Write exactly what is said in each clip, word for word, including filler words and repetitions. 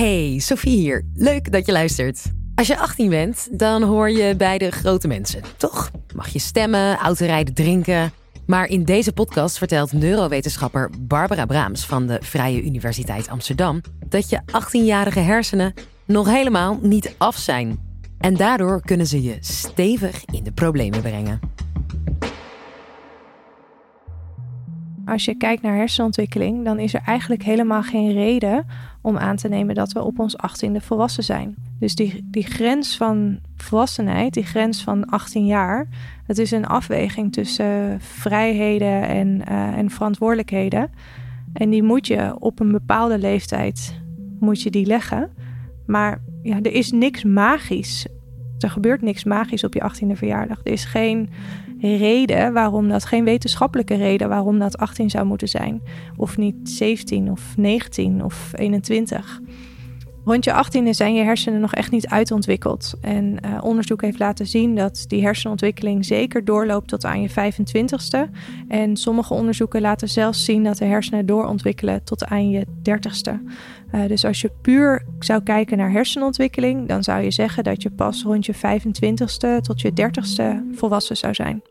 Hey, Sophie hier. Leuk dat je luistert. Als je achttien bent, dan hoor je bij de grote mensen, toch? Mag je stemmen, autorijden, drinken. Maar in deze podcast vertelt neurowetenschapper Barbara Braams van de Vrije Universiteit Amsterdam dat je achttienjarige hersenen nog helemaal niet af zijn. En daardoor kunnen ze je stevig in de problemen brengen. Als je kijkt naar hersenontwikkeling, dan is er eigenlijk helemaal geen reden om aan te nemen dat we op ons achttiende volwassen zijn. Dus die, die grens van volwassenheid, die grens van achttien jaar, dat is een afweging tussen vrijheden en, uh, en verantwoordelijkheden. En die moet je op een bepaalde leeftijd moet je die leggen. Maar ja, er is niks magisch. Er gebeurt niks magisch op je achttiende verjaardag. Er is geen reden waarom dat, geen wetenschappelijke reden waarom dat achttien zou moeten zijn. Of niet zeventien of negentien of eenentwintig. Rond je achttiende zijn je hersenen nog echt niet uitontwikkeld. En uh, onderzoek heeft laten zien dat die hersenontwikkeling zeker doorloopt tot aan je vijfentwintigste. En sommige onderzoeken laten zelfs zien dat de hersenen doorontwikkelen tot aan je dertigste. Uh, dus als je puur zou kijken naar hersenontwikkeling, dan zou je zeggen dat je pas rond je vijfentwintigste tot je dertigste volwassen zou zijn.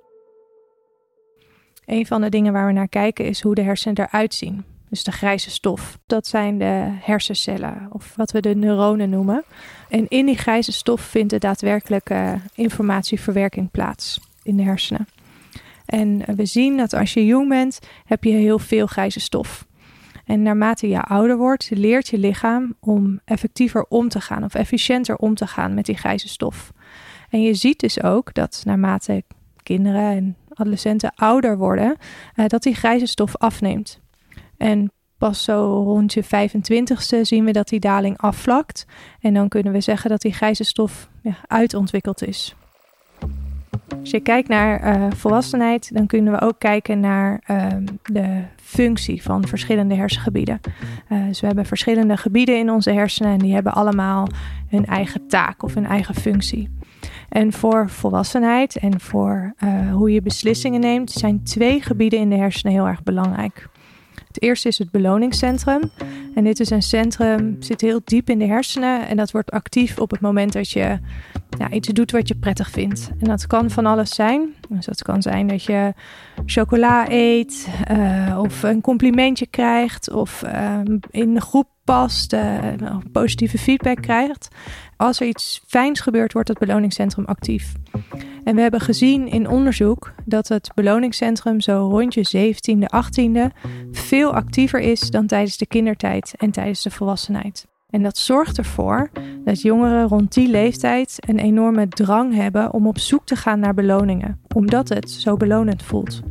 Een van de dingen waar we naar kijken is hoe de hersenen eruit zien. Dus de grijze stof. Dat zijn de hersencellen, of wat we de neuronen noemen. En in die grijze stof vindt de daadwerkelijke informatieverwerking plaats in de hersenen. En we zien dat als je jong bent, heb je heel veel grijze stof. En naarmate je ouder wordt, leert je lichaam om effectiever om te gaan of efficiënter om te gaan met die grijze stof. En je ziet dus ook dat naarmate kinderen en adolescenten ouder worden, uh, dat die grijze stof afneemt. En pas zo rond je vijfentwintigste zien we dat die daling afvlakt. En dan kunnen we zeggen dat die grijze stof ja, uitontwikkeld is. Als je kijkt naar uh, volwassenheid, dan kunnen we ook kijken naar uh, de functie van verschillende hersengebieden. Uh, dus we hebben verschillende gebieden in onze hersenen en die hebben allemaal hun eigen taak of hun eigen functie. En voor volwassenheid en voor uh, hoe je beslissingen neemt, zijn twee gebieden in de hersenen heel erg belangrijk. Het eerste is het beloningscentrum. En dit is een centrum, zit heel diep in de hersenen. En dat wordt actief op het moment dat je ja, iets doet wat je prettig vindt. En dat kan van alles zijn. Dus dat kan zijn dat je chocola eet. Uh, of een complimentje krijgt. Of uh, in de groep past. Uh, positieve feedback krijgt. Als er iets fijns gebeurt, wordt het beloningscentrum actief. En we hebben gezien in onderzoek dat het beloningscentrum zo rond je zeventiende, achttiende veel actiever is dan tijdens de kindertijd en tijdens de volwassenheid. En dat zorgt ervoor dat jongeren rond die leeftijd een enorme drang hebben om op zoek te gaan naar beloningen, omdat het zo belonend voelt.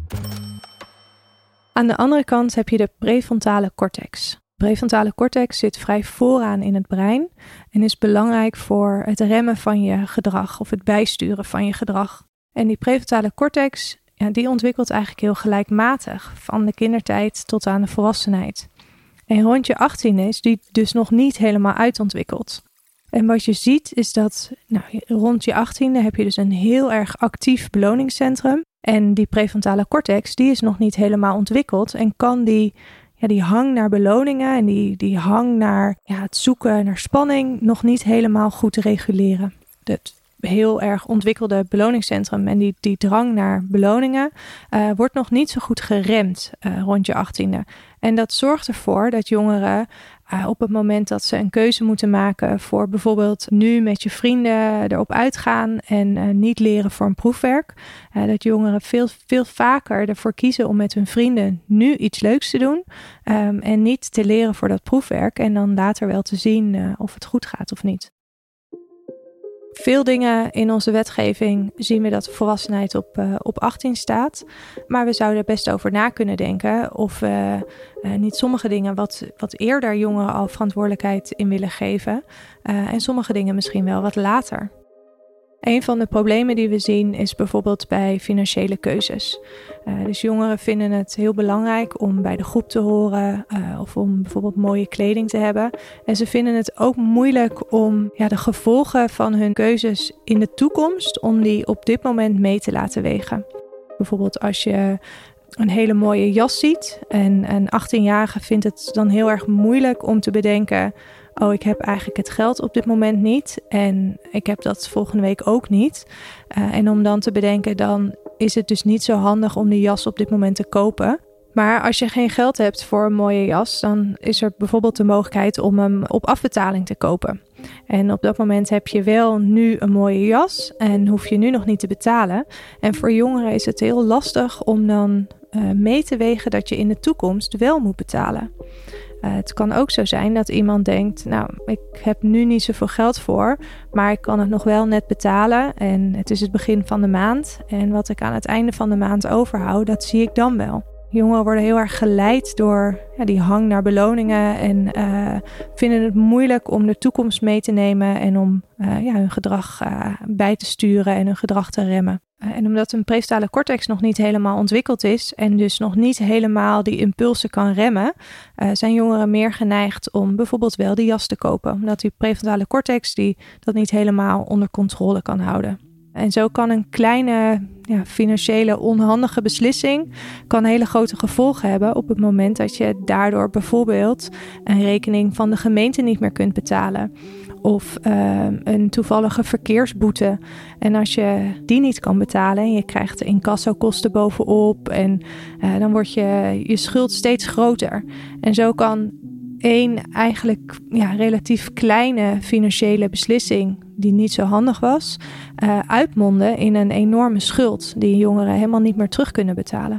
Aan de andere kant heb je de prefrontale cortex. De prefrontale cortex zit vrij vooraan in het brein en is belangrijk voor het remmen van je gedrag of het bijsturen van je gedrag. En die prefrontale cortex, ja, die ontwikkelt eigenlijk heel gelijkmatig van de kindertijd tot aan de volwassenheid. En rond je achttiende is die dus nog niet helemaal uitontwikkeld. En wat je ziet is dat nou, rond je achttiende heb je dus een heel erg actief beloningscentrum. En die prefrontale cortex die is nog niet helemaal ontwikkeld en kan die... Ja, die hang naar beloningen en die, die hang naar ja, het zoeken naar spanning nog niet helemaal goed reguleren. Het heel erg ontwikkelde beloningscentrum en die, die drang naar beloningen uh, wordt nog niet zo goed geremd uh, rond je achttiende. En dat zorgt ervoor dat jongeren uh, op het moment dat ze een keuze moeten maken voor bijvoorbeeld nu met je vrienden erop uitgaan en uh, niet leren voor een proefwerk. Uh, dat jongeren veel, veel vaker ervoor kiezen om met hun vrienden nu iets leuks te doen um, en niet te leren voor dat proefwerk en dan later wel te zien uh, of het goed gaat of niet. Veel dingen in onze wetgeving zien we dat de volwassenheid op, uh, op achttien staat. Maar we zouden er best over na kunnen denken of we uh, uh, niet sommige dingen wat, wat eerder jongeren al verantwoordelijkheid in willen geven. Uh, en sommige dingen misschien wel wat later. Een van de problemen die we zien is bijvoorbeeld bij financiële keuzes. Uh, dus jongeren vinden het heel belangrijk om bij de groep te horen uh, of om bijvoorbeeld mooie kleding te hebben. En ze vinden het ook moeilijk om ja, de gevolgen van hun keuzes in de toekomst, om die op dit moment mee te laten wegen. Bijvoorbeeld als je een hele mooie jas ziet en een achttienjarige vindt het dan heel erg moeilijk om te bedenken: oh, ik heb eigenlijk het geld op dit moment niet en ik heb dat volgende week ook niet. Uh, en om dan te bedenken, dan is het dus niet zo handig om die jas op dit moment te kopen. Maar als je geen geld hebt voor een mooie jas, dan is er bijvoorbeeld de mogelijkheid om hem op afbetaling te kopen. En op dat moment heb je wel nu een mooie jas en hoef je nu nog niet te betalen. En voor jongeren is het heel lastig om dan uh, mee te wegen dat je in de toekomst wel moet betalen. Uh, het kan ook zo zijn dat iemand denkt, nou, ik heb nu niet zoveel geld voor, maar ik kan het nog wel net betalen en het is het begin van de maand. En wat ik aan het einde van de maand overhoud, dat zie ik dan wel. Jongeren worden heel erg geleid door ja, die hang naar beloningen en uh, vinden het moeilijk om de toekomst mee te nemen en om uh, ja, hun gedrag uh, bij te sturen en hun gedrag te remmen. Uh, en omdat een prefrontale cortex nog niet helemaal ontwikkeld is en dus nog niet helemaal die impulsen kan remmen, uh, zijn jongeren meer geneigd om bijvoorbeeld wel die jas te kopen. Omdat die prefrontale cortex die dat niet helemaal onder controle kan houden. En zo kan een kleine ja, financiële onhandige beslissing kan hele grote gevolgen hebben op het moment dat je daardoor bijvoorbeeld een rekening van de gemeente niet meer kunt betalen. Of uh, een toevallige verkeersboete. En als je die niet kan betalen en je krijgt de incassokosten bovenop en uh, dan wordt je, je schuld steeds groter. En zo kan één eigenlijk ja, relatief kleine financiële beslissing die niet zo handig was, uh, uitmonden in een enorme schuld die jongeren helemaal niet meer terug kunnen betalen.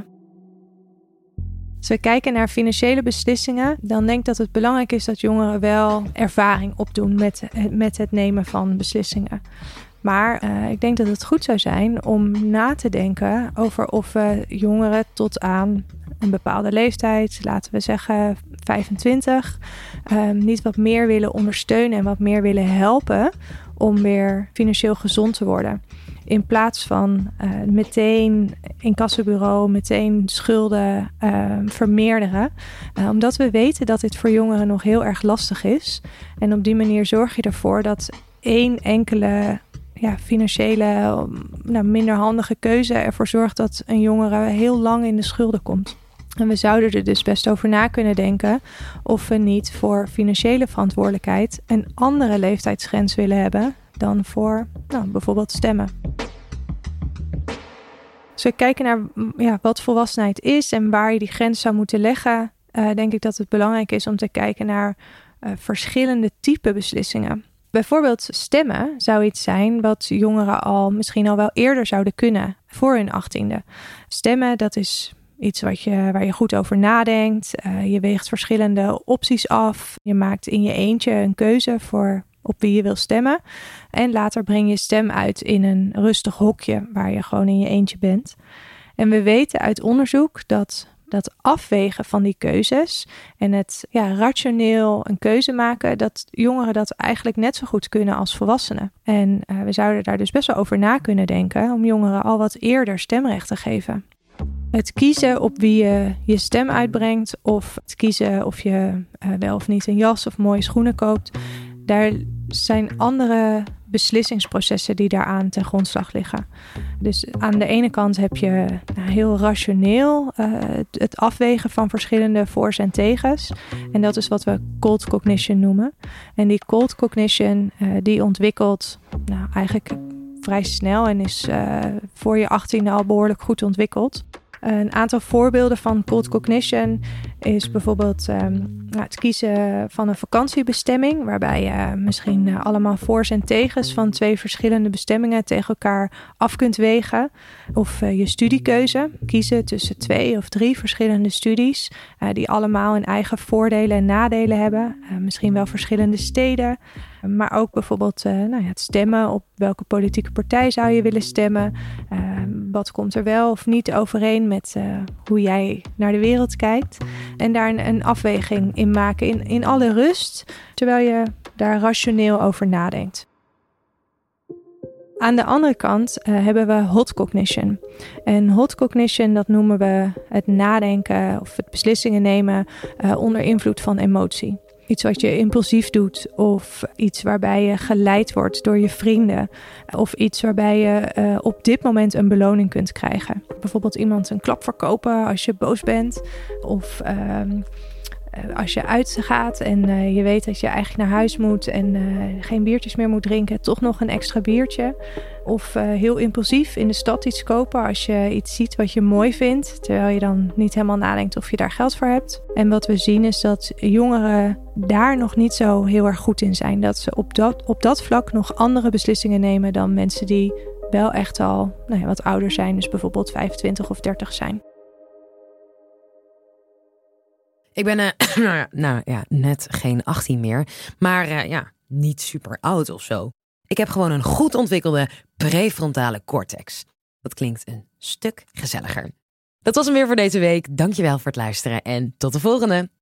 Als we kijken naar financiële beslissingen, dan denk ik dat het belangrijk is dat jongeren wel ervaring opdoen met, met het nemen van beslissingen. Maar uh, ik denk dat het goed zou zijn om na te denken over of we jongeren tot aan een bepaalde leeftijd, laten we zeggen vijfentwintig, um, niet wat meer willen ondersteunen en wat meer willen helpen om weer financieel gezond te worden. In plaats van uh, meteen incassobureau, meteen schulden uh, vermeerderen. Uh, omdat we weten dat dit voor jongeren nog heel erg lastig is. En op die manier zorg je ervoor dat één enkele ja, financiële, nou, minder handige keuze ervoor zorgt dat een jongere heel lang in de schulden komt. En we zouden er dus best over na kunnen denken of we niet voor financiële verantwoordelijkheid een andere leeftijdsgrens willen hebben dan voor nou, bijvoorbeeld stemmen. Als we kijken naar ja, wat volwassenheid is en waar je die grens zou moeten leggen, uh, denk ik dat het belangrijk is om te kijken naar uh, verschillende type beslissingen. Bijvoorbeeld stemmen zou iets zijn wat jongeren al misschien al wel eerder zouden kunnen voor hun achttiende. Stemmen, dat is iets wat je, waar je goed over nadenkt. Uh, je weegt verschillende opties af. Je maakt in je eentje een keuze voor op wie je wil stemmen. En later breng je stem uit in een rustig hokje waar je gewoon in je eentje bent. En we weten uit onderzoek dat dat afwegen van die keuzes en het ja, rationeel een keuze maken, dat jongeren dat eigenlijk net zo goed kunnen als volwassenen. En uh, we zouden daar dus best wel over na kunnen denken om jongeren al wat eerder stemrecht te geven. Het kiezen op wie je je stem uitbrengt of het kiezen of je uh, wel of niet een jas of mooie schoenen koopt, daar zijn andere beslissingsprocessen die daaraan ten grondslag liggen. Dus aan de ene kant heb je nou, heel rationeel uh, het, het afwegen van verschillende voor's en tegens. En dat is wat we cold cognition noemen. En die cold cognition uh, die ontwikkelt nou, eigenlijk vrij snel en is uh, voor je achttiende al behoorlijk goed ontwikkeld. Een aantal voorbeelden van cold cognition is bijvoorbeeld um, het kiezen van een vakantiebestemming, waarbij je misschien uh, allemaal voor's en tegens van twee verschillende bestemmingen tegen elkaar af kunt wegen. Of uh, je studiekeuze, kiezen tussen twee of drie verschillende studies, uh, die allemaal hun eigen voordelen en nadelen hebben. Uh, misschien wel verschillende steden, uh, maar ook bijvoorbeeld uh, nou ja, het stemmen, op welke politieke partij zou je willen stemmen. Uh, wat komt er wel of niet overeen met uh, hoe jij naar de wereld kijkt. En daar een, een afweging in maken in, in alle rust, terwijl je daar rationeel over nadenkt. Aan de andere kant uh, hebben we hot cognition. En hot cognition, dat noemen we het nadenken of het beslissingen nemen uh, onder invloed van emotie. Iets wat je impulsief doet of iets waarbij je geleid wordt door je vrienden. Of iets waarbij je uh, op dit moment een beloning kunt krijgen. Bijvoorbeeld iemand een klap verkopen als je boos bent. Of uh, als je uitgaat en uh, je weet dat je eigenlijk naar huis moet en uh, geen biertjes meer moet drinken, toch nog een extra biertje. Of uh, heel impulsief in de stad iets kopen als je iets ziet wat je mooi vindt, terwijl je dan niet helemaal nadenkt of je daar geld voor hebt. En wat we zien is dat jongeren daar nog niet zo heel erg goed in zijn. Dat ze op dat, op dat vlak nog andere beslissingen nemen dan mensen die wel echt al nou ja, wat ouder zijn, dus bijvoorbeeld vijfentwintig of dertig zijn. Ik ben uh, nou, ja, nou ja, net geen achttien meer, maar uh, ja, niet super oud of zo. Ik heb gewoon een goed ontwikkelde prefrontale cortex. Dat klinkt een stuk gezelliger. Dat was hem weer voor deze week. Dankjewel voor het luisteren en tot de volgende.